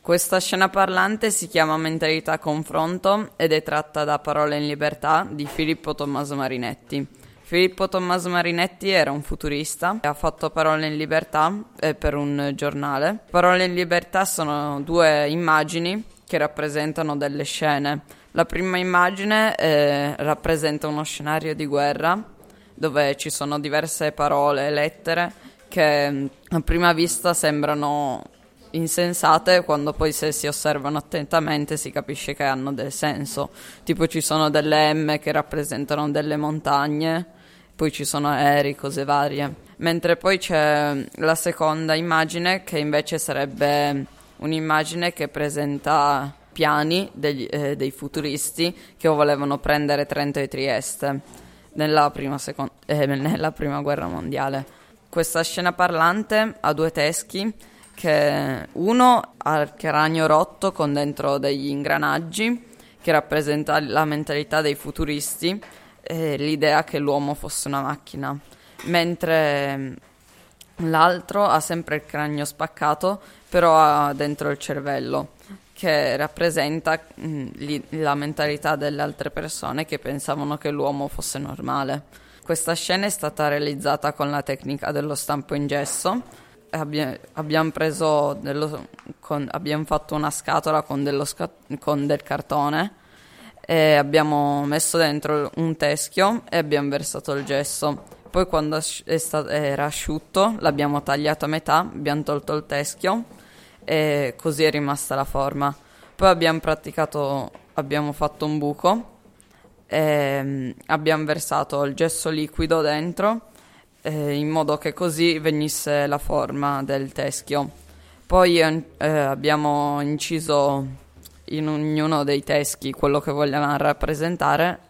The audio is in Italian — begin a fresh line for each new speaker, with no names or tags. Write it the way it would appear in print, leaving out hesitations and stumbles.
Questa scena parlante si chiama Mentalità Confronto ed è tratta da Parole in libertà di Filippo Tommaso Marinetti. Filippo Tommaso Marinetti era un futurista e ha fatto Parole in libertà per un giornale. Parole in libertà sono due immagini che rappresentano delle scene. La prima immagine rappresenta uno scenario di guerra dove ci sono diverse parole e lettere che a prima vista sembrano insensate, quando poi se si osservano attentamente si capisce che hanno del senso. Tipo ci sono delle M che rappresentano delle montagne, poi ci sono aerei, cose varie. Mentre poi c'è la seconda immagine che invece sarebbe un'immagine che presenta piani dei futuristi che volevano prendere Trento e Trieste nella prima guerra mondiale. Questa scena parlante ha due teschi, che uno ha il cranio rotto con dentro degli ingranaggi che rappresenta la mentalità dei futuristi e l'idea che l'uomo fosse una macchina, mentre l'altro ha sempre il cranio spaccato però ha dentro il cervello che rappresenta la mentalità delle altre persone che pensavano che l'uomo fosse normale. Questa scena è stata realizzata con la tecnica dello stampo in gesso. Abbiamo fatto una scatola con del cartone e abbiamo messo dentro un teschio e abbiamo versato il gesso. Poi quando era asciutto l'abbiamo tagliato a metà, abbiamo tolto il teschio e così è rimasta la forma. Poi abbiamo fatto un buco e abbiamo versato il gesso liquido dentro in modo che così venisse la forma del teschio. Poi abbiamo inciso in ognuno dei teschi quello che vogliamo rappresentare